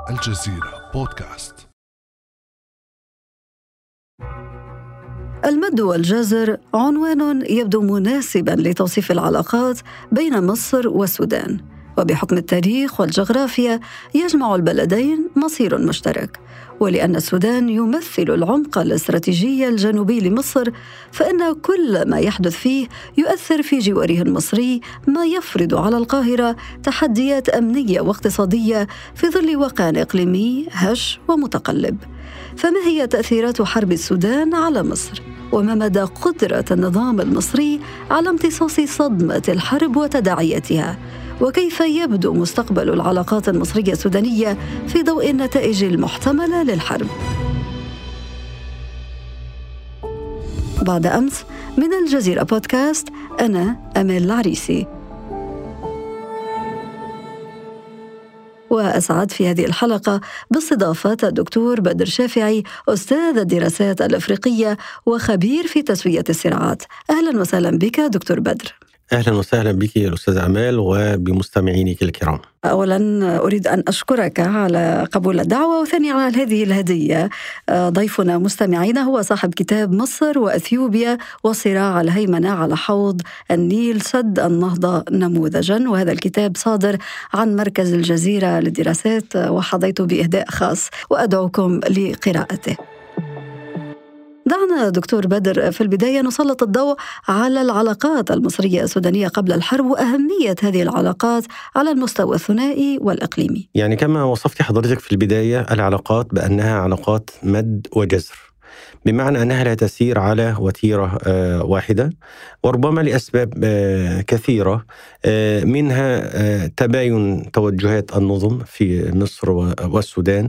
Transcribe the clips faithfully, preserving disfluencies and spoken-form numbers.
الجزيرة بودكاست. المد والجزر عنوان يبدو مناسباً لتوصيف العلاقات بين مصر والسودان، وبحكم التاريخ والجغرافيا يجمع البلدين مصير مشترك. ولأن السودان يمثل العمق الاستراتيجي الجنوبي لمصر، فإن كل ما يحدث فيه يؤثر في جواره المصري، ما يفرض على القاهرة تحديات أمنية واقتصادية في ظل واقع إقليمي هش ومتقلب. فما هي تأثيرات حرب السودان على مصر؟ وما مدى قدرة النظام المصري على امتصاص صدمة الحرب وتداعياتها؟ وكيف يبدو مستقبل العلاقات المصرية السودانية في ضوء النتائج المحتملة للحرب؟ بعد أمس من الجزيرة بودكاست، أنا أمال العريسي. وأسعد في هذه الحلقة باستضافة الدكتور بدر شافعي، أستاذ الدراسات الأفريقية وخبير في تسوية الصراعات. أهلا وسهلا بك دكتور بدر. أهلا وسهلا بك يا أستاذ أمال وبمستمعينك الكرام. أولا أريد أن أشكرك على قبول الدعوة، وثانيا على هذه الهدية. ضيفنا مستمعينا هو صاحب كتاب مصر وأثيوبيا وصراع الهيمنة على حوض النيل سد النهضة نموذجا، وهذا الكتاب صادر عن مركز الجزيرة للدراسات وحظيت بإهداء خاص وأدعوكم لقراءته. دعنا دكتور بدر في البداية نسلط الضوء على العلاقات المصرية السودانية قبل الحرب وأهمية هذه العلاقات على المستوى الثنائي والإقليمي. يعني كما وصفت حضرتك في البداية العلاقات بأنها علاقات مد وجزر، بمعنى أنها لا تسير على وتيرة آه واحدة، وربما لأسباب آه كثيرة، آه منها آه تباين توجهات النظم في مصر والسودان.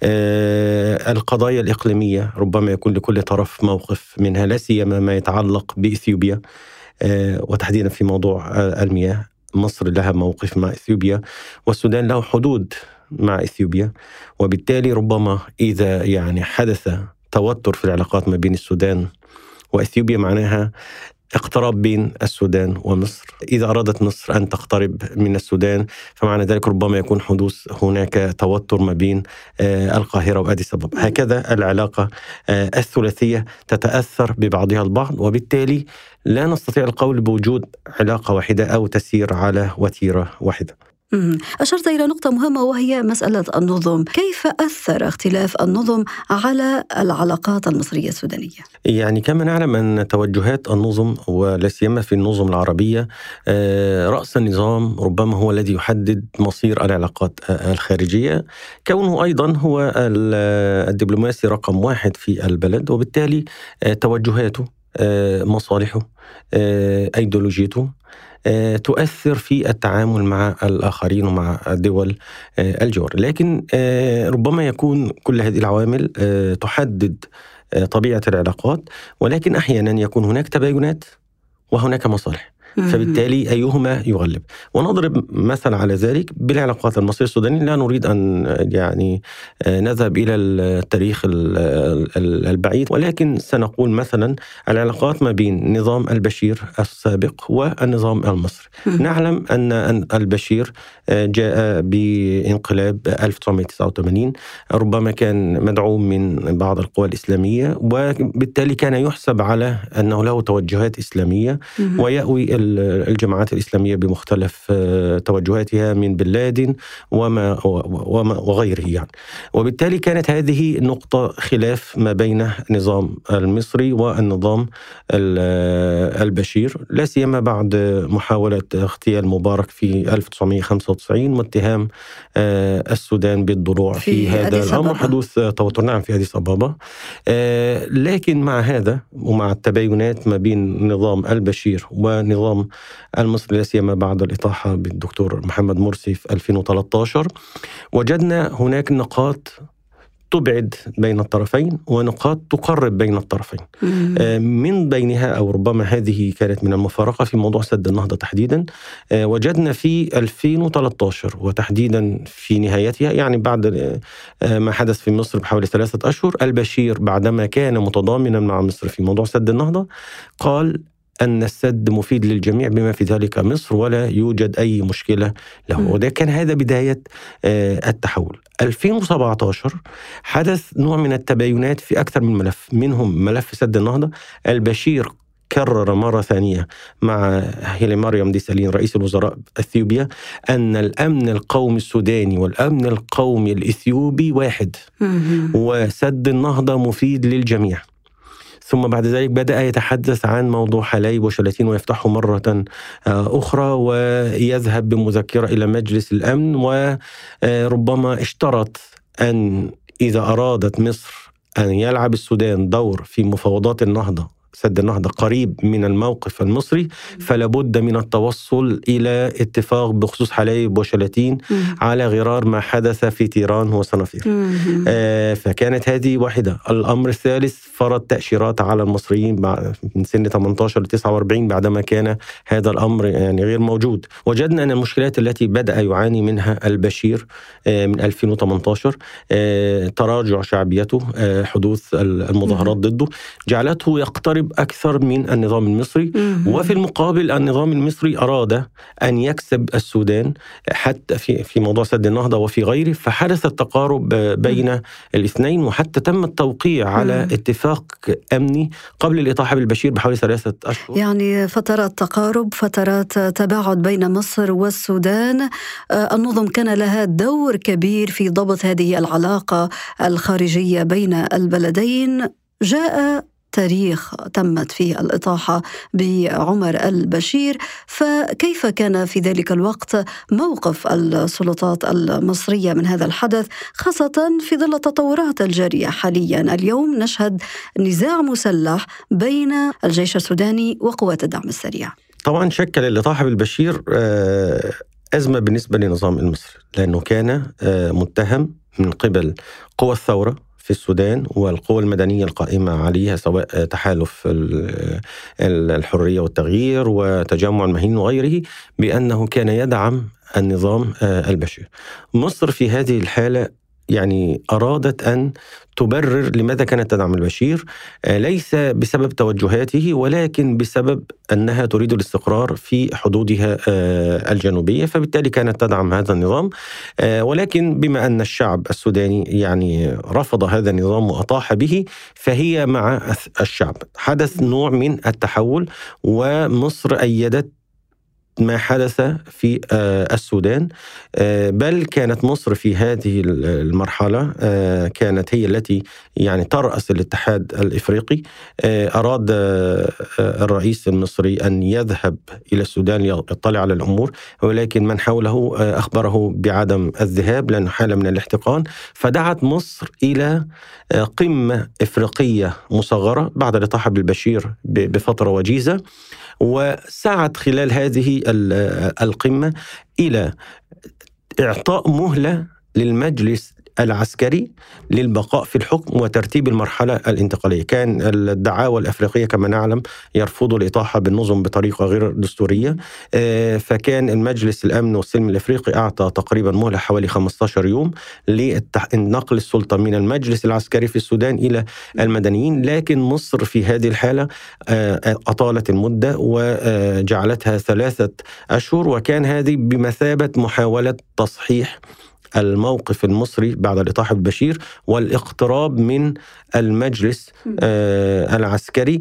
آه القضايا الإقليمية ربما يكون لكل طرف موقف منها، لا سيما ما يتعلق بإثيوبيا آه وتحديدا في موضوع آه المياه. مصر لها موقف مع إثيوبيا والسودان له حدود مع إثيوبيا، وبالتالي ربما إذا يعني حدث توتر في العلاقات ما بين السودان وإثيوبيا معناها اقتراب بين السودان ومصر. إذا أرادت مصر أن تقترب من السودان فمعنى ذلك ربما يكون حدوث هناك توتر ما بين آه القاهرة وأديس أبابا. هكذا العلاقة آه الثلاثية تتأثر ببعضها البعض، وبالتالي لا نستطيع القول بوجود علاقة واحدة أو تسير على وتيرة واحدة. أشرت إلى نقطة مهمة وهي مسألة النظم. كيف أثر اختلاف النظم على العلاقات المصرية السودانية؟ يعني كما نعلم أن توجهات النظم ولا سيما في النظم العربية رأس النظام ربما هو الذي يحدد مصير العلاقات الخارجية، كونه أيضا هو الدبلوماسي رقم واحد في البلد، وبالتالي توجهاته، مصالحه، أيديولوجيته تؤثر في التعامل مع الآخرين ومع الدول الجوار. لكن ربما يكون كل هذه العوامل تحدد طبيعة العلاقات، ولكن أحيانا يكون هناك تباينات وهناك مصالح، فبالتالي أيهما يغلب. ونضرب مثل على ذلك بالعلاقات المصرية السودانية. لا نريد أن يعني نذهب إلى التاريخ البعيد، ولكن سنقول مثلا العلاقات ما بين نظام البشير السابق والنظام المصري. نعلم أن البشير جاء بانقلاب ألف وتسعمائة وتسعة وثمانين، ربما كان مدعوم من بعض القوى الإسلامية، وبالتالي كان يحسب على أنه له توجهات إسلامية ويأوي الجماعات الإسلامية بمختلف توجهاتها من بن لادن وما وما وغيره يعني. وبالتالي كانت هذه نقطة خلاف ما بين النظام المصري والنظام البشير، لا سيما بعد محاولة اغتيال مبارك في ألف وتسعمائة وخمسة وتسعين واتهام السودان بالضلوع في, في هذا الأمر، حدوث توتر نعم في أديس أبابا. لكن مع هذا ومع التباينات ما بين نظام البشير ونظام المصري، لا سيما بعد الإطاحة بالدكتور محمد مرسي في ألفين وثلاثة عشر، وجدنا هناك نقاط تبعد بين الطرفين ونقاط تقرب بين الطرفين. من بينها أو ربما هذه كانت من المفارقة في موضوع سد النهضة تحديدا. وجدنا في ألفين وثلاثة عشر وتحديدا في نهايتها، يعني بعد ما حدث في مصر بحوالي ثلاثة أشهر، البشير بعدما كان متضامنا مع مصر في موضوع سد النهضة قال أن السد مفيد للجميع بما في ذلك مصر ولا يوجد أي مشكلة له. وده كان هذا بداية التحول. ألفين وسبعة عشر حدث نوع من التباينات في أكثر من ملف، منهم ملف سد النهضة. البشير كرر مرة ثانية مع هيلي مريم ديسالين رئيس الوزراء أثيوبيا أن الأمن القومي السوداني والأمن القومي الإثيوبي واحد، وسد النهضة مفيد للجميع. ثم بعد ذلك بدأ يتحدث عن موضوع حلايب وشلاتين ويفتحه مرة أخرى، ويذهب بمذكرة إلى مجلس الأمن، وربما اشترط أن إذا أرادت مصر أن يلعب السودان دور في مفاوضات النهضة سد النهضة قريب من الموقف المصري، فلا بد من التوصل إلى اتفاق بخصوص حلايب وشلاتين على غرار ما حدث في تيران وصنافير. آه فكانت هذه واحدة. الأمر الثالث فرض تأشيرات على المصريين من سن ثمانية عشر ل تسعة وأربعين بعدما كان هذا الأمر يعني غير موجود. وجدنا أن المشكلات التي بدأ يعاني منها البشير آه من ألفين وثمانية عشر آه تراجع شعبيته، آه حدوث المظاهرات ضده جعلته يقترب أكثر من النظام المصري. وفي المقابل النظام المصري أراد أن يكسب السودان حتى في في موضوع سد النهضة وفي غيره، فحدث التقارب بين الاثنين، وحتى تم التوقيع على اتفاق أمني قبل الإطاحة بالبشير بحوالي ثلاثة أشهر. يعني فترات تقارب، فترات تباعد بين مصر والسودان. النظم كان لها دور كبير في ضبط هذه العلاقة الخارجية بين البلدين. جاء تاريخ تمت فيه الإطاحة بعمر البشير، فكيف كان في ذلك الوقت موقف السلطات المصرية من هذا الحدث، خاصة في ظل التطورات الجارية حاليا؟ اليوم نشهد نزاع مسلح بين الجيش السوداني وقوات الدعم السريع. طبعا شكل الإطاحة بالبشير أزمة بالنسبة للنظام المصري، لأنه كان متهم من قبل قوى الثورة في السودان والقوى المدنية القائمة عليها، سواء تحالف الحرية والتغيير وتجمع المهين وغيره، بأنه كان يدعم النظام البشير. مصر في هذه الحالة يعني أرادت أن تبرر لماذا كانت تدعم البشير، ليس بسبب توجهاته ولكن بسبب أنها تريد الاستقرار في حدودها الجنوبية، فبالتالي كانت تدعم هذا النظام. ولكن بما أن الشعب السوداني يعني رفض هذا النظام وأطاح به، فهي مع الشعب. حدث نوع من التحول، ومصر أيدت ما حدث في السودان، بل كانت مصر في هذه المرحلة كانت هي التي يعني ترأس الاتحاد الإفريقي. أراد الرئيس المصري أن يذهب إلى السودان يطلع على الأمور، ولكن من حوله أخبره بعدم الذهاب لأنه حالة من الاحتقان، فدعت مصر إلى قمة إفريقية مصغرة بعد الإطاحة بالبشير بفترة وجيزة، وسعت خلال هذه القمة إلى إعطاء مهلة للمجلس العسكري للبقاء في الحكم وترتيب المرحلة الانتقالية. كان الدعاوى الأفريقية كما نعلم يرفضوا الإطاحة بالنظم بطريقة غير دستورية، فكان المجلس الأمن والسلم الأفريقي أعطى تقريبا مهلة حوالي خمسة عشر يوم لنقل السلطة من المجلس العسكري في السودان إلى المدنيين. لكن مصر في هذه الحالة أطالت المدة وجعلتها ثلاثة أشهر، وكان هذه بمثابة محاولة تصحيح الموقف المصري بعد الإطاحة بالبشير والاقتراب من المجلس آه العسكري،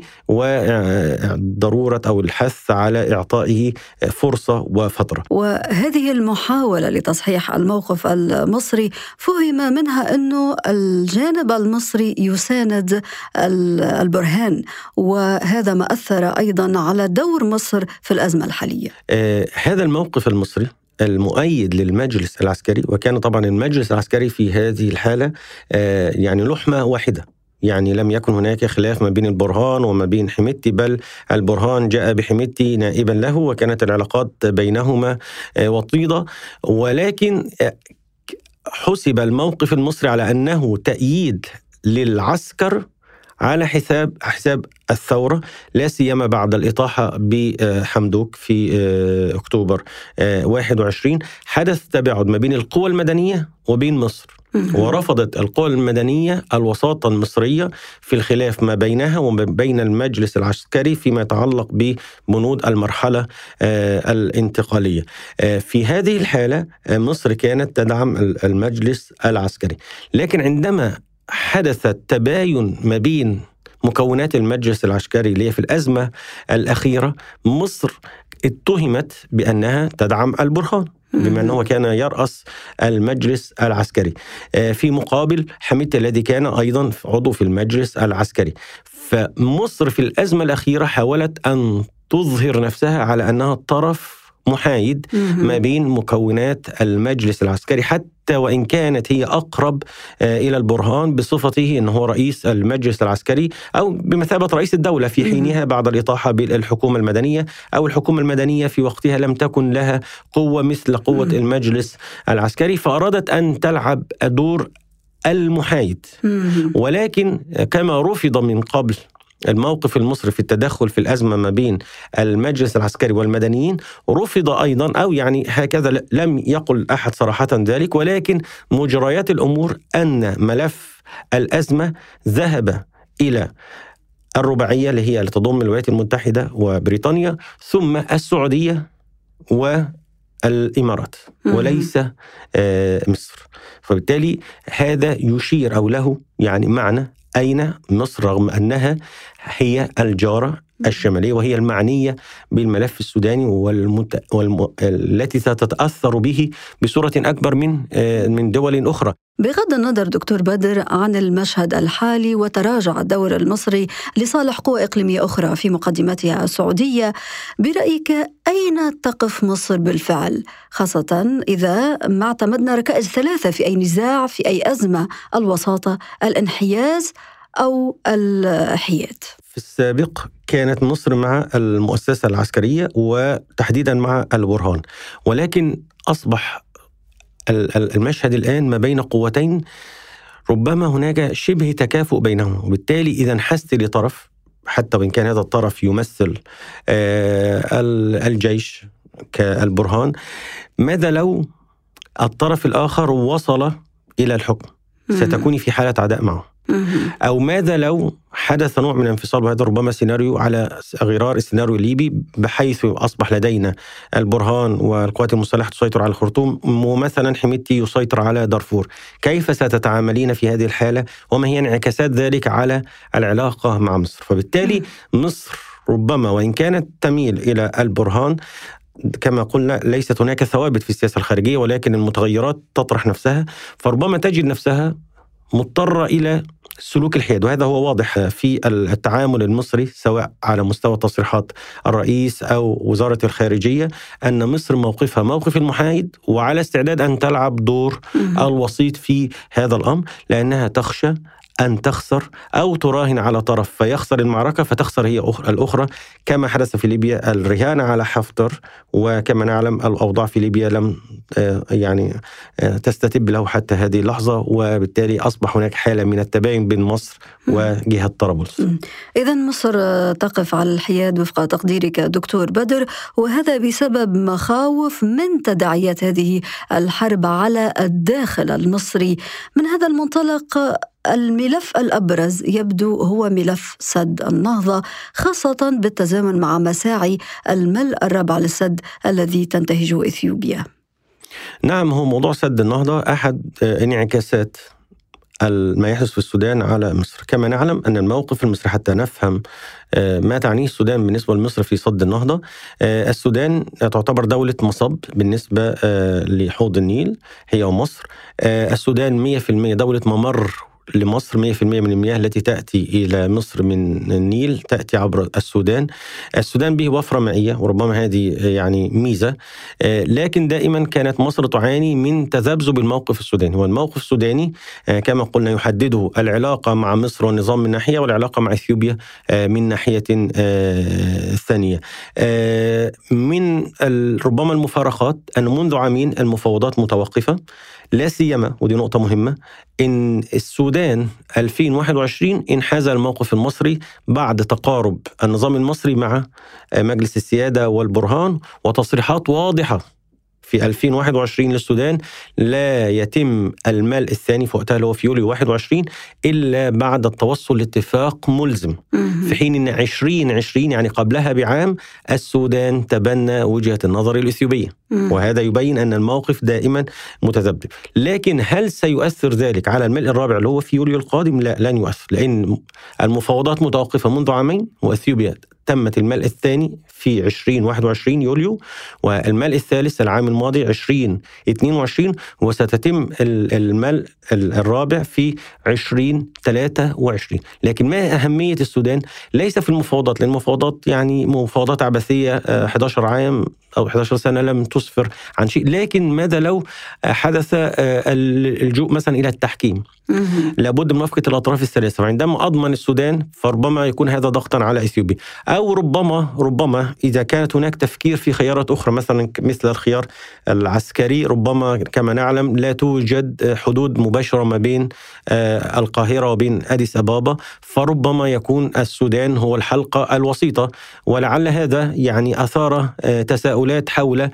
وضرورة أو الحث على إعطائه فرصة وفترة. وهذه المحاولة لتصحيح الموقف المصري فهم منها أنه الجانب المصري يساند البرهان، وهذا ما أثر أيضا على دور مصر في الأزمة الحالية. آه هذا الموقف المصري المؤيد للمجلس العسكري، وكان طبعا المجلس العسكري في هذه الحالة يعني لحمة واحدة، يعني لم يكن هناك خلاف ما بين البرهان وما بين حميدتي، بل البرهان جاء بحميدتي نائبا له، وكانت العلاقات بينهما وطيدة. ولكن حسب الموقف المصري على أنه تأييد للعسكر على حساب حساب الثورة، لا سيما بعد الإطاحة بحمدوك في أكتوبر واحد وعشرين. حدث تباعد ما بين القوى المدنية وبين مصر، ورفضت القوى المدنية الوساطة المصرية في الخلاف ما بينها وبين المجلس العسكري فيما يتعلق ببنود المرحلة الانتقالية. في هذه الحالة مصر كانت تدعم المجلس العسكري، لكن عندما حدث تباين ما بين مكونات المجلس العسكري اللي هي في الأزمة الأخيرة، مصر اتهمت بأنها تدعم البرهان بما أنه كان يرأس المجلس العسكري، في مقابل حميدتي الذي كان أيضا عضو في المجلس العسكري. فمصر في الأزمة الأخيرة حاولت أن تظهر نفسها على أنها طرف محايد ما بين مكونات المجلس العسكري، حتى وإن كانت هي أقرب إلى البرهان بصفته أنه رئيس المجلس العسكري أو بمثابة رئيس الدولة في حينها بعد الإطاحة بالحكومة المدنية، أو الحكومة المدنية في وقتها لم تكن لها قوة مثل قوة المجلس العسكري، فأرادت أن تلعب دور المحايد. ولكن كما رفض من قبل الموقف المصري في التدخل في الأزمة ما بين المجلس العسكري والمدنيين، رفض أيضا، أو يعني هكذا لم يقل أحد صراحة ذلك، ولكن مجريات الأمور أن ملف الأزمة ذهب إلى الرباعية اللي هي تضم الولايات المتحدة وبريطانيا ثم السعودية والإمارات وليس مصر. فبالتالي هذا يشير أو له يعني معنى أين مصر رغم أنها هي الجارة الشمالية وهي المعنية بالملف السوداني والمت... والم... التي ستتأثر به بصورة أكبر من من دول أخرى. بغض النظر دكتور بدر عن المشهد الحالي وتراجع الدور المصري لصالح قوى إقليمية أخرى في مقدمتها السعودية، برأيك أين تقف مصر بالفعل، خاصة إذا ما اعتمدنا ركائز ثلاثة في أي نزاع، في أي أزمة: الوساطة، الانحياز أو الحياد؟ في السابق كانت مصر مع المؤسسة العسكرية وتحديدا مع البرهان، ولكن أصبح المشهد الآن ما بين قوتين ربما هناك شبه تكافؤ بينهم، وبالتالي إذا انحست لطرف حتى وإن كان هذا الطرف يمثل الجيش كالبرهان، ماذا لو الطرف الآخر وصل إلى الحكم؟ ستكون في حالة عداء معه. أو ماذا لو حدث نوع من انفصال، وهذا ربما سيناريو على غرار السيناريو الليبي، بحيث أصبح لدينا البرهان والقوات المسلحة تسيطر على الخرطوم ومثلا حميدتي يسيطر على دارفور. كيف ستتعاملين في هذه الحالة وما هي انعكاسات ذلك على العلاقة مع مصر؟ فبالتالي مصر ربما وإن كانت تميل إلى البرهان، كما قلنا ليست هناك ثوابت في السياسة الخارجية ولكن المتغيرات تطرح نفسها، فربما تجد نفسها مضطرة إلى سلوك الحياد. وهذا هو واضح في التعامل المصري سواء على مستوى تصريحات الرئيس أو وزارة الخارجية، أن مصر موقفها موقف المحايد وعلى استعداد أن تلعب دور الوسيط في هذا الأمر، لأنها تخشى أن تخسر أو تراهن على طرف فيخسر المعركة فتخسر هي الأخرى، كما حدث في ليبيا الرهان على حفتر، وكما نعلم الأوضاع في ليبيا لم يعني تستتب له حتى هذه اللحظة، وبالتالي أصبح هناك حالة من التباين بين مصر وجهة طرابلس. إذن مصر تقف على الحياد وفق تقديرك دكتور بدر، وهذا بسبب مخاوف من تداعيات هذه الحرب على الداخل المصري. من هذا المنطلق الملف الأبرز يبدو هو ملف سد النهضة، خاصة بالتزامن مع مساعي الملء الرابع للسد الذي تنتهجه إثيوبيا. نعم، هو موضوع سد النهضة أحد انعكاسات ما يحدث في السودان على مصر. كما نعلم أن الموقف المصري حتى نفهم ما تعنيه السودان بالنسبة لمصر في سد النهضة، السودان تعتبر دولة مصب بالنسبة لحوض النيل هي ومصر. السودان مئة بالمئة دولة ممر لمصر، مئة بالمئة من المياه التي تأتي إلى مصر من النيل تأتي عبر السودان. السودان به وفرة مائية وربما هذه يعني ميزة، لكن دائما كانت مصر تعاني من تذبذب الموقف السوداني. والموقف السوداني كما قلنا يحدده العلاقة مع مصر والنظام من ناحية، والعلاقة مع إثيوبيا من ناحية ثانية. من ربما المفارقات أن منذ عامين المفاوضات متوقفة، لا سيما ودي نقطة مهمة إن السودان ألفين وواحد وعشرين انحاز الموقف المصري بعد تقارب النظام المصري مع مجلس السيادة والبرهان وتصريحات واضحة في ألفين وواحد وعشرين للسودان لا يتم الملء الثاني في وقتها اللي هو في يوليو واحد وعشرين إلا بعد التوصل لاتفاق ملزم، في حين أن عشرين عشرين يعني قبلها بعام السودان تبنى وجهة النظر الإثيوبية، وهذا يبين أن الموقف دائما متذبذب. لكن هل سيؤثر ذلك على الملء الرابع اللي هو في يوليو القادم؟ لا، لن يؤثر، لأن المفاوضات متوقفة منذ عامين، وأثيوبيا تمت الملء الثاني في عشرين واحد وعشرين يوليو، والملء الثالث العام الماضي عشرين اثنين وعشرين، وستتم الملء الرابع في عشرين ثلاثة وعشرين. لكن ما أهمية السودان؟ ليس في المفاوضات، لأن المفاوضات يعني مفاوضات عبثية أحد عشر عام أو أحد عشر سنة لم تسفر عن شيء. لكن ماذا لو حدث اللجوء مثلا إلى التحكيم؟ لابد من موافقة الأطراف الثلاثة، وعندما أضمن السودان فربما يكون هذا ضغطا على إثيوبيا، أو ربما ربما إذا كانت هناك تفكير في خيارات أخرى مثلا مثل الخيار العسكري. ربما كما نعلم لا توجد حدود مباشرة ما بين القاهرة وبين أديس أبابا، فربما يكون السودان هو الحلقة الوسيطة، ولعل هذا يعني أثار تساؤلات حول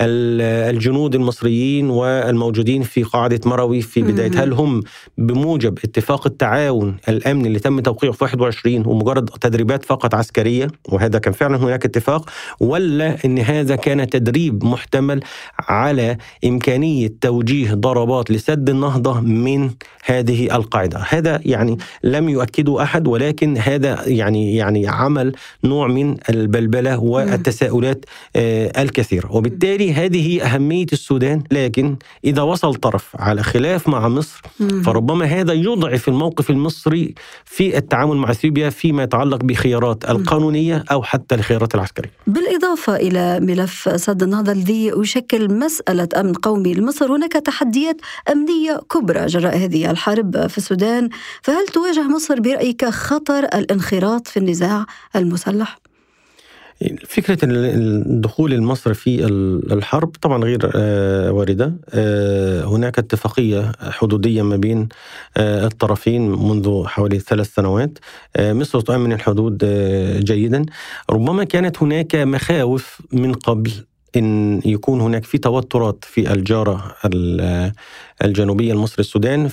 الجنود المصريين والموجودين في قاعدة مروي في بداية. هل هم بموجب اتفاق التعاون الأمني اللي تم توقيعه في واحد وعشرين ومجرد تدريبات فقط عسكرية، وهذا كان فعلا هناك اتفاق، ولا أن هذا كان تدريب محتمل على إمكانية توجيه ضربات لسد النهضة من هذه القاعدة؟ هذا يعني لم يؤكده أحد، ولكن هذا يعني يعني عمل نوع من البلبلة والتساؤلات آه الكثيرة. وبالتالي هذه أهمية السودان. لكن إذا وصل طرف على خلاف مع مصر فربما هذا يضعف الموقف المصري في التعامل مع اثيوبيا فيما يتعلق بخيارات القانونية أو حتى الخيارات العسكرية. بالإضافة إلى ملف سد النهضة الذي يشكل مسألة أمن قومي لمصر، هناك تحديات أمنية كبرى جراء هذه الحرب في السودان، فهل تواجه مصر برأيك خطر الانخراط في النزاع المسلح؟ فكرة الدخول المصري في الحرب طبعا غير واردة. هناك اتفاقية حدودية ما بين الطرفين منذ حوالي ثلاث سنوات. مصر تؤمن الحدود جيدا. ربما كانت هناك مخاوف من قبل إن يكون هناك في توترات في الجارة الجنوبية المصري السودان،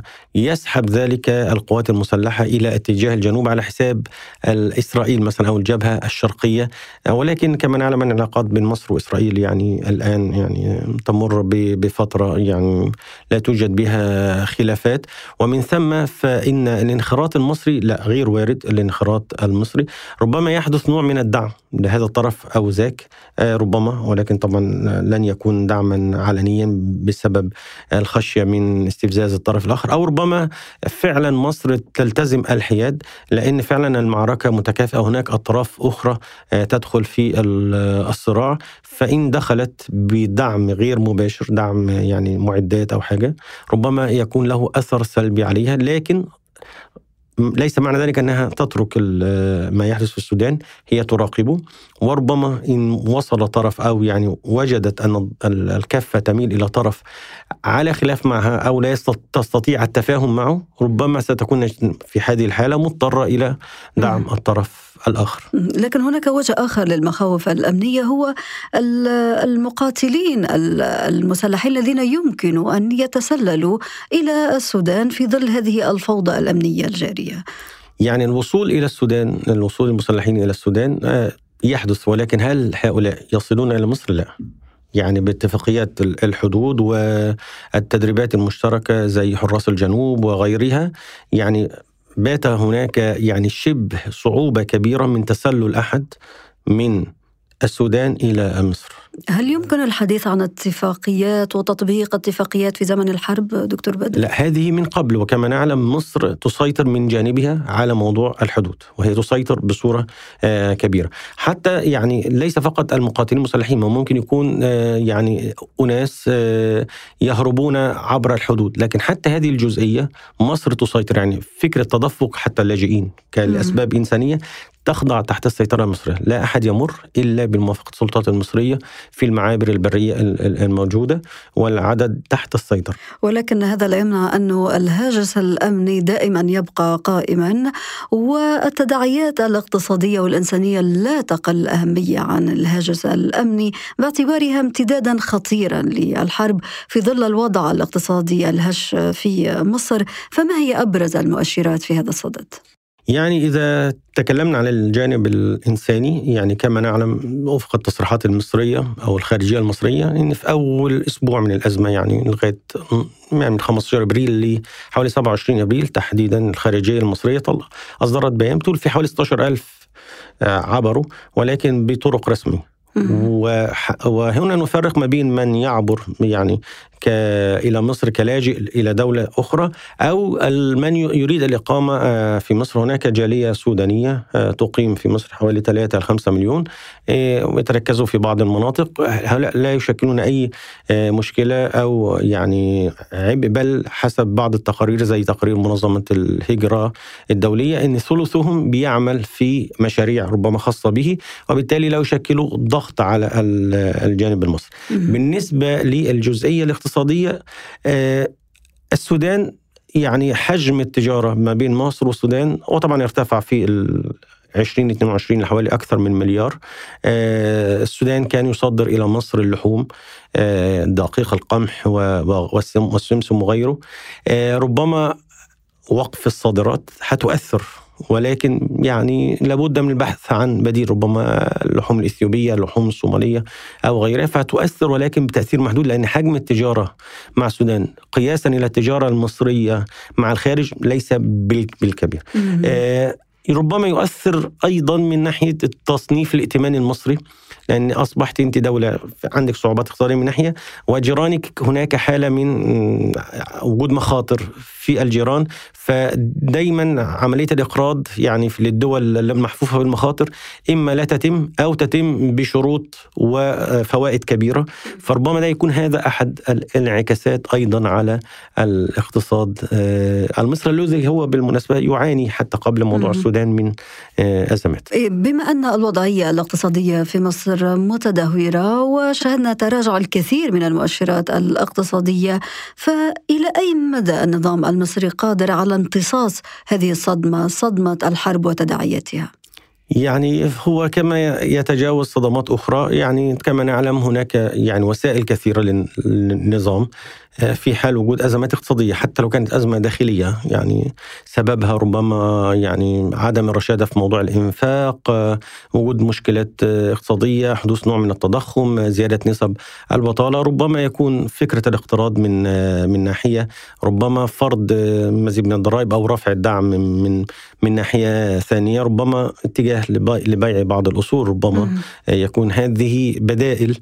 فيسحب ذلك القوات المسلحة إلى اتجاه الجنوب على حساب إسرائيل مثلا أو الجبهة الشرقية. ولكن كما نعلم أن العلاقات بين مصر وإسرائيل يعني الآن يعني تمر بفترة يعني لا توجد بها خلافات، ومن ثم فإن الانخراط المصري لا غير وارد. الانخراط المصري ربما يحدث نوع من الدعم لهذا الطرف أو ذاك ربما، ولكن طبعا لن يكون دعما علنيا بسبب الخشية من استفزاز الطرف الآخر، أو ربما فعلا مصر تلتزم الحياد لأن فعلا المعركة متكافئة، هناك أطراف أخرى تدخل في الصراع، فإن دخلت بدعم غير مباشر، دعم يعني معدات أو حاجة، ربما يكون له أثر سلبي عليها. لكن ليس معنى ذلك أنها تترك ما يحدث في السودان، هي تراقبه، وربما إن وصل طرف أو يعني وجدت أن الكفة تميل إلى طرف على خلاف معها أو لا تستطيع التفاهم معه، ربما ستكون في هذه الحالة مضطرة إلى دعم الطرف الآخر. لكن هناك وجه آخر للمخاوف الأمنية، هو المقاتلين المسلحين الذين يمكن أن يتسللوا إلى السودان في ظل هذه الفوضى الأمنية الجارية. يعني الوصول إلى السودان، الوصول المسلحين إلى السودان يحدث، ولكن هل هؤلاء يصلون إلى مصر؟ لا. يعني باتفاقيات الحدود والتدريبات المشتركة زي حراس الجنوب وغيرها، يعني بات هناك يعني شبه صعوبة كبيرة من تسلل أحد من السودان إلى مصر. هل يمكن الحديث عن اتفاقيات وتطبيق اتفاقيات في زمن الحرب دكتور بدر؟ لا، هذه من قبل، وكما نعلم مصر تسيطر من جانبها على موضوع الحدود، وهي تسيطر بصورة آه كبيرة. حتى يعني ليس فقط المقاتلين المسلحين، ممكن يكون آه يعني أناس آه يهربون عبر الحدود، لكن حتى هذه الجزئية مصر تسيطر. يعني فكرة تدفق حتى اللاجئين كالأسباب إنسانية تخضع تحت السيطرة المصرية. لا أحد يمر إلا بالموافقة السلطات المصرية في المعابر البرية الموجودة، والعدد تحت السيطرة. ولكن هذا لا يمنع أن الهاجس الأمني دائما يبقى قائما، والتداعيات الاقتصادية والإنسانية لا تقل أهمية عن الهاجس الأمني باعتبارها امتدادا خطيرا للحرب في ظل الوضع الاقتصادي الهش في مصر. فما هي أبرز المؤشرات في هذا الصدد؟ يعني إذا تكلمنا عن الجانب الإنساني، يعني كما نعلم وفق التصريحات المصرية أو الخارجية المصرية إن في أول أسبوع من الأزمة، يعني لغاية يعني من خمسة عشر أبريل لحوالي سبعة وعشرين أبريل تحديدا، الخارجية المصرية طلع أصدرت بيان تقول في حوالي ستة عشر ألف عبروا، ولكن بطرق رسمية. وهنا نفرق ما بين من يعبر يعني ك... إلى مصر كلاجئ إلى دولة أخرى، أو من يريد الإقامة في مصر. هناك جالية سودانية تقيم في مصر حوالي ثلاثة إلى خمسة مليون، ويتركزوا في بعض المناطق، لا يشكلون أي مشكلة أو يعني عبء، بل حسب بعض التقارير زي تقرير منظمة الهجرة الدولية أن ثلثهم بيعمل في مشاريع ربما خاصة به، وبالتالي لا يشكلوا ضغط على الجانب المصري. بالنسبة للجزئية الاقتصادية، السودان يعني حجم التجارة ما بين مصر والسودان وطبعا ارتفع في عشرين اثنين وعشرين لحوالي أكثر من مليار. السودان كان يصدر إلى مصر اللحوم، دقيق القمح والسمسم وغيره. ربما وقف الصادرات هتؤثر، ولكن يعني لابد من البحث عن بديل، ربما اللحوم الإثيوبية، اللحوم الصومالية أو غيرها، فتؤثر ولكن بتأثير محدود، لأن حجم التجارة مع السودان قياسا إلى التجارة المصرية مع الخارج ليس بالكبير. آه ربما يؤثر أيضا من ناحية التصنيف الائتماني المصري، لأن أصبحت أنت دولة عندك صعوبات اقتصادية من ناحية، وجيرانك هناك حالة من وجود مخاطر في الجيران، فدايما عملية الإقراض يعني في الدول المحفوفة بالمخاطر إما لا تتم أو تتم بشروط وفوائد كبيرة. فربما ده يكون هذا أحد الانعكاسات أيضا على الاقتصاد المصري الذي هو بالمناسبة يعاني حتى قبل موضوع السودان من أزمات. بما أن الوضعية الاقتصادية في مصر متدهورة وشهدنا تراجع الكثير من المؤشرات الاقتصادية، فإلى أي مدى النظام المصري قادر على امتصاص هذه الصدمة، صدمة الحرب وتداعياتها؟ يعني هو كما يتجاوز صدمات أخرى، يعني كما نعلم هناك يعني وسائل كثيرة للنظام في حال وجود أزمات اقتصادية، حتى لو كانت أزمة داخلية يعني سببها ربما يعني عدم الرشادة في موضوع الإنفاق، وجود مشكلة اقتصادية، حدوث نوع من التضخم، زيادة نسب البطالة. ربما يكون فكرة الاقتراض من من ناحية، ربما فرض مزيد من الضرائب أو رفع الدعم من من ناحية ثانية، ربما اتجاه لبيع بعض الأصول، ربما م- يكون هذه بدائل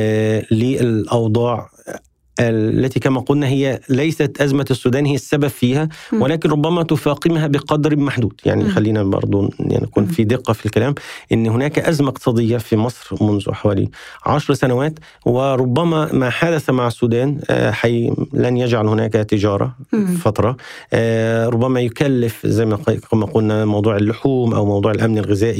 للأوضاع التي كما قلنا هي ليست أزمة السودان هي السبب فيها، ولكن ربما تفاقمها بقدر محدود. يعني م. خلينا برضو يعني نكون في دقة في الكلام، إن هناك أزمة اقتصادية في مصر منذ حوالي عشر سنوات، وربما ما حدث مع السودان حي لن يجعل هناك تجارة م. فترة، ربما يكلف زي ما قلنا موضوع اللحوم أو موضوع الأمن الغذائي،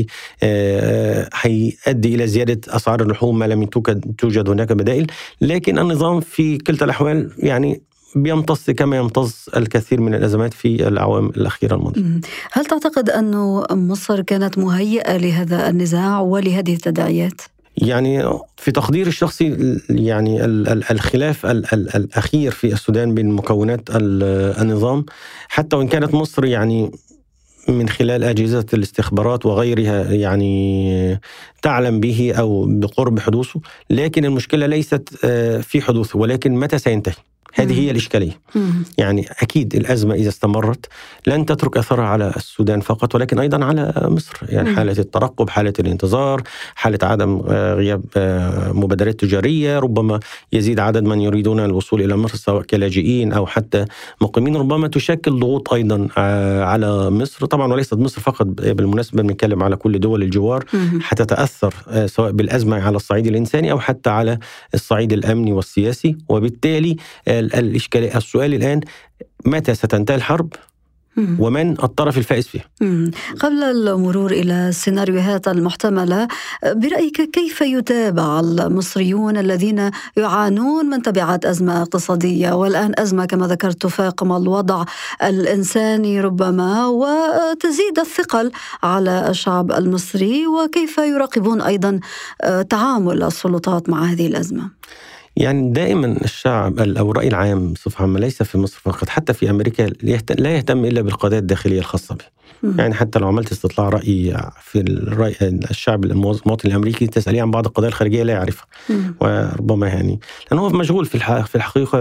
هيؤدي إلى زيادة أسعار اللحوم ما لم توجد هناك بدائل. لكن النظام في كلتا الأحوال يعني بيمتص كما يمتص الكثير من الأزمات في الأعوام الأخيرة الماضية. هل تعتقد أن مصر كانت مهيئة لهذا النزاع ولهذه التداعيات؟ يعني في تقدير الشخصي يعني الخلاف الأخير في السودان بين مكونات النظام، حتى وإن كانت مصر يعني من خلال أجهزة الاستخبارات وغيرها يعني تعلم به أو بقرب حدوثه، لكن المشكلة ليست في حدوثه ولكن متى سينتهي. هذه هي الإشكالية. يعني أكيد الأزمة إذا استمرت لن تترك أثرها على السودان فقط، ولكن أيضا على مصر. يعني حالة الترقب، حالة الانتظار، حالة عدم غياب مبادرات تجارية، ربما يزيد عدد من يريدون الوصول إلى مصر سواء كلاجئين أو حتى مقيمين، ربما تشكل ضغوط أيضا على مصر. طبعا وليست مصر فقط، بالمناسبة بنتكلم على كل دول الجوار حتتأثر سواء بالأزمة على الصعيد الإنساني أو حتى على الصعيد الأمني والسياسي. وبالتالي الإشكالية السؤال الآن متى ستنتهي الحرب ومن الطرف الفائز فيها. قبل المرور إلى السيناريوهات المحتملة، برأيك كيف يتابع المصريون الذين يعانون من تبعات أزمة اقتصادية، والآن أزمة كما ذكرت تفاقم الوضع الإنساني ربما وتزيد الثقل على الشعب المصري، وكيف يراقبون أيضا تعامل السلطات مع هذه الأزمة؟ يعني دائما الشعب أو الرأي العام بصفة عامة ليس في مصر فقط، حتى في أمريكا لا يهتم إلا بالقضايا الداخلية الخاصة به. يعني حتى لو عملت استطلاع رأي في الرأي الشعب المواطن الأمريكي تسأليه عن بعض القضايا الخارجية لا يعرفها، وربما يعني لأنه مشغول في في الحقيقة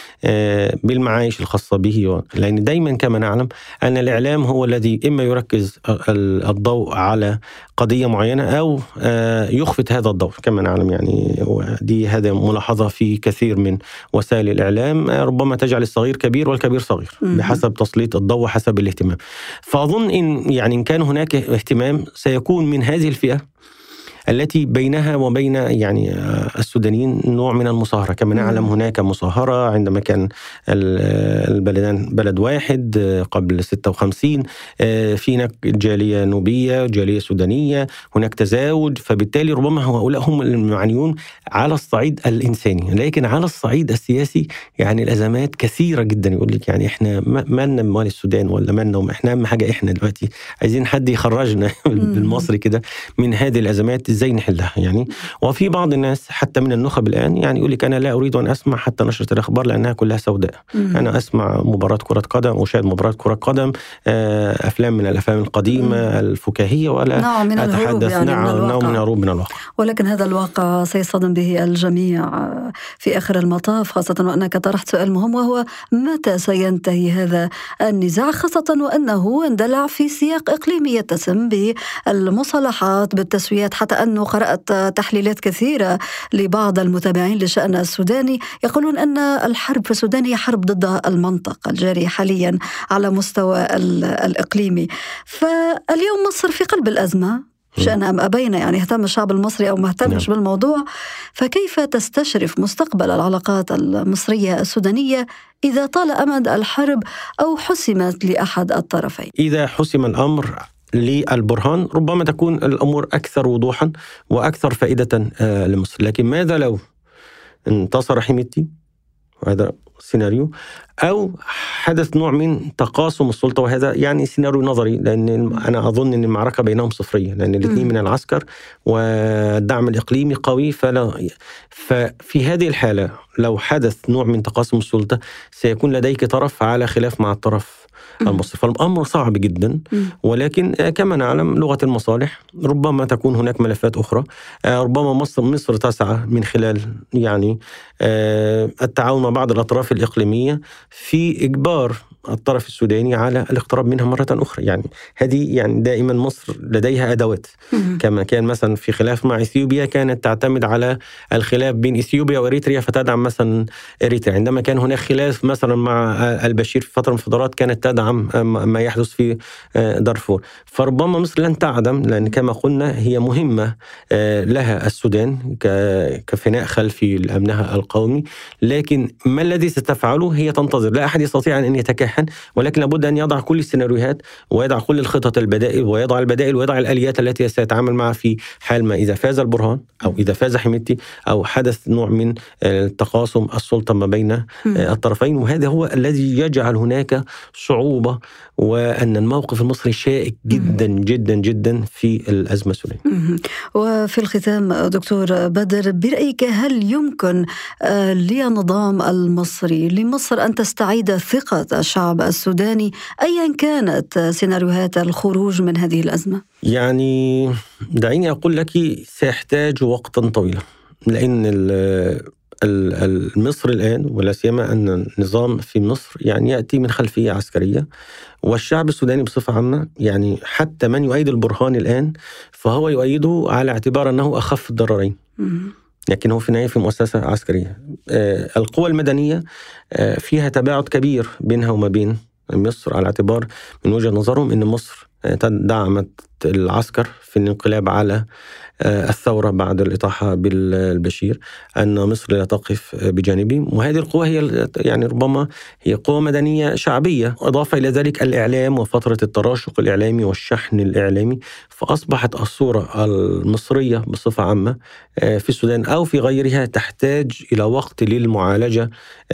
بالمعايش الخاصة به. لأن دائما كما نعلم أن الإعلام هو الذي إما يركز الضوء على قضية معينة أو يخفت هذا الضوء كما نعلم. يعني ودي هذا ملاحظة في كثير من وسائل الإعلام، ربما تجعل الصغير كبير والكبير صغير بحسب تسليط الضوء وحسب الاهتمام. فأظن إن يعني إن كان هناك اهتمام سيكون من هذه الفئة التي بينها وبين يعني السودانيين نوع من المصاهرة. كما نعلم هناك مصاهرة عندما كان البلدان بلد واحد قبل ستة وخمسين، في هناك جالية نوبية جالية سودانية، هناك تزاوج، فبالتالي ربما هؤلاء هم المعنيون على الصعيد الإنساني. لكن على الصعيد السياسي يعني الأزمات كثيرة جدا. يقول لك يعني إحنا ما لنا موال السودان ولا مالنا، إحنا أهم حاجة إحنا دلوقتي عايزين حد يخرجنا بالمصري كده من هذه الأزمات ازاي نحلها يعني. وفي بعض الناس حتى من النخب الآن يعني يقول لك أنا لا أريد أن أسمع حتى نشرة الأخبار لأنها كلها سوداء. مم. أنا أسمع مباراة كرة قدم، أشاهد مباراة كرة قدم، أفلام من الأفلام القديمة مم. الفكاهية، ولا نوع من أتحدث يعني نوع من, نوع من الهروب من الواقع. ولكن هذا الواقع سيصطدم به الجميع في آخر المطاف، خاصة وأنك طرحت سؤال مهم وهو متى سينتهي هذا النزاع، خاصة وأنه اندلع في سياق إقليمي يتسم بالمصالحات بالتسويات، حتى أنه قرأت تحليلات كثيرة لبعض المتابعين لشأن السوداني يقولون أن الحرب في السودان هي حرب ضد المنطقة الجاري حاليا على مستوى الإقليمي. فاليوم مصر في قلب الأزمة شأنها أم أبينا، يعني اهتم الشعب المصري أو ما اهتمش نعم. بالموضوع. فكيف تستشرف مستقبل العلاقات المصرية السودانية إذا طال أمد الحرب أو حسمت لأحد الطرفين؟ إذا حسم الأمر للبرهان ربما تكون الأمور أكثر وضوحا وأكثر فائدة لمصر. لكن ماذا لو انتصر حميدتي، وهذا سيناريو، أو حدث نوع من تقاسم السلطة، وهذا يعني سيناريو نظري لأن أنا أظن أن المعركة بينهم صفرية لأن الاثنين من العسكر والدعم الإقليمي قوي. فلا ففي هذه الحالة لو حدث نوع من تقاسم السلطة سيكون لديك طرف على خلاف مع الطرف المصري، فالأمر صعب جدا. ولكن كما نعلم لغة المصالح ربما تكون هناك ملفات أخرى، ربما مصر مصر تسعى من خلال يعني التعاون مع بعض الأطراف الإقليمية في إجبار الطرف السوداني على الاقتراب منها مرة أخرى. يعني هذه يعني دائما مصر لديها أدوات، كما كان مثلا في خلاف مع إثيوبيا كانت تعتمد على الخلاف بين إثيوبيا وإريتريا فتدعم مثلا إريتريا. عندما كان هناك خلاف مثلا مع البشير في فترة من الفترات كانت تدعم ما يحدث في دارفور. فربما مصر لن تعدم، لأن كما قلنا هي مهمة لها السودان كفناء خلفي لأمنها القومي. لكن ما الذي ستفعله هي تنتظر، لا أحد يستطيع أن يتكهن، ولكن لابد أن يضع كل السيناريوهات ويضع كل الخطط البدائل ويضع البدائل ويضع الآليات التي سيتعامل معها في حال ما إذا فاز البرهان أو إذا فاز حميدتي أو حدث نوع من تقاسم السلطة ما بين الطرفين. وهذا هو الذي يجعل هناك صعوبة، وأن الموقف المصري شائك جدا جدا جدا في الأزمة السورية. وفي الختام دكتور بدر، برأيك هل يمكن للنظام المصري لمصر أن تستعيد ثقة الشعب السوداني أيا كانت سيناريوهات الخروج من هذه الأزمة؟ يعني دعيني أقول لك سيحتاج وقتا طويلا، لأن المصر الآن ولا سيما أن النظام في مصر يعني يأتي من خلفية عسكرية، والشعب السوداني بصفة عامة يعني حتى من يؤيد البرهان الآن فهو يؤيده على اعتبار أنه أخف الضررين، لكن هو في النهاية في مؤسسة عسكرية. آه القوى المدنية آه فيها تباعد كبير بينها وما بين مصر، على اعتبار من وجهة نظرهم أن مصر دعمت العسكر في الانقلاب على الثورة بعد الإطاحة بالبشير، أن مصر لا تقف بجانبهم. وهذه القوة هي يعني ربما هي قوة مدنية شعبية، أضاف إلى ذلك الإعلام وفترة التراشق الإعلامي والشحن الإعلامي، فأصبحت الصورة المصرية بصفة عامة في السودان أو في غيرها تحتاج إلى وقت للمعالجة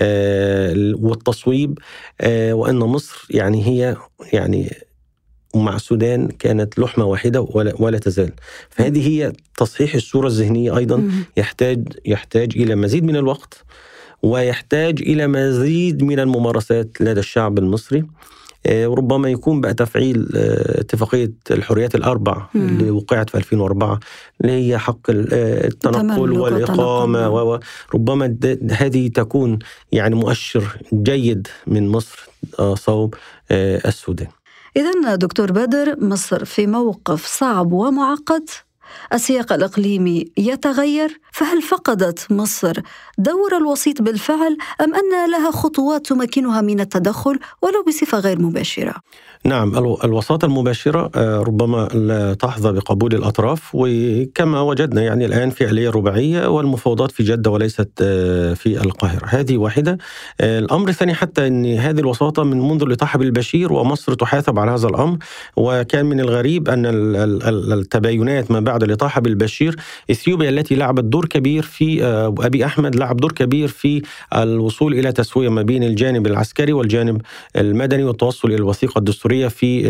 والتصويب، وأن مصر يعني هي يعني ومع السودان كانت لحمة واحدة ولا, ولا تزال. فهذه هي تصحيح الصورة الذهنية أيضا يحتاج يحتاج إلى مزيد من الوقت، ويحتاج إلى مزيد من الممارسات لدى الشعب المصري. وربما يكون بقى تفعيل اتفاقية الحريات الأربع اللي وقعت في ألفين وأربعة، اللي هي حق التنقل والإقامة، وربما هذه تكون يعني مؤشر جيد من مصر صوب السودان. إذن دكتور بدر، مصر في موقف صعب ومعقد، السياق الإقليمي يتغير، فهل فقدت مصر دور الوسيط بالفعل أم أن لها خطوات تمكنها من التدخل ولو بصفة غير مباشرة؟ نعم، الوساطة المباشرة ربما لا تحظى بقبول الأطراف، وكما وجدنا يعني الآن في آلية رباعية والمفاوضات في جدة وليست في القاهرة. هذه واحدة. الأمر الثاني حتى أن هذه الوساطة من منذ الإطاحة بالبشير ومصر تحاسب على هذا الأمر، وكان من الغريب أن التباينات ما بعد الإطاحة بالبشير، إثيوبيا التي لعبت دور كبير في أبي أحمد لعب دور كبير في الوصول إلى تسوية ما بين الجانب العسكري والجانب المدني والتوصل إلى الوثيقة الدستورية في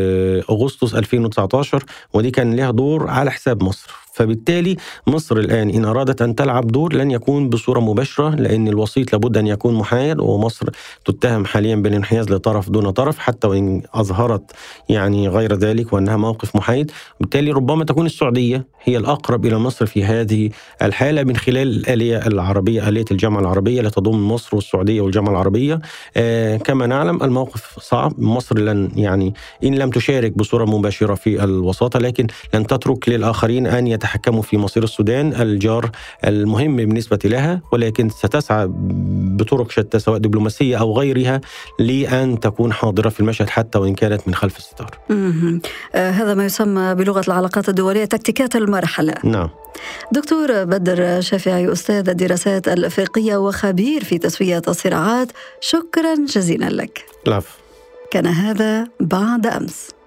أغسطس ألفين وتسعة عشر، ودي كان لها دور على حساب مصر. فبالتالي مصر الآن إن أرادت أن تلعب دور لن يكون بصورة مباشرة، لأن الوسيط لابد أن يكون محايد، ومصر تتهم حاليا بالانحياز لطرف دون طرف حتى وإن أظهرت يعني غير ذلك وأنها موقف محايد. بالتالي ربما تكون السعودية هي الأقرب إلى مصر في هذه الحالة من خلال الآلية العربية، آلية الجامعة العربية لتضم مصر والسعودية والجامعة العربية. آه كما نعلم الموقف صعب، مصر لن يعني إن لم تشارك بصورة مباشرة في الوساطة لكن لن تترك للآخرين أن يتحكموا في مصير السودان الجار المهم بالنسبة لها، ولكن ستسعى بطرق شتى سواء دبلوماسية أو غيرها لأن تكون حاضرة في المشهد حتى وإن كانت من خلف الستار. آه هذا ما يسمى بلغة العلاقات الدولية تكتيكات المرحلة. نعم. دكتور بدر شافعي، أستاذ الدراسات الأفريقية وخبير في تسوية الصراعات، شكرا جزيلا لك. العفو. كان هذا بعد أمس.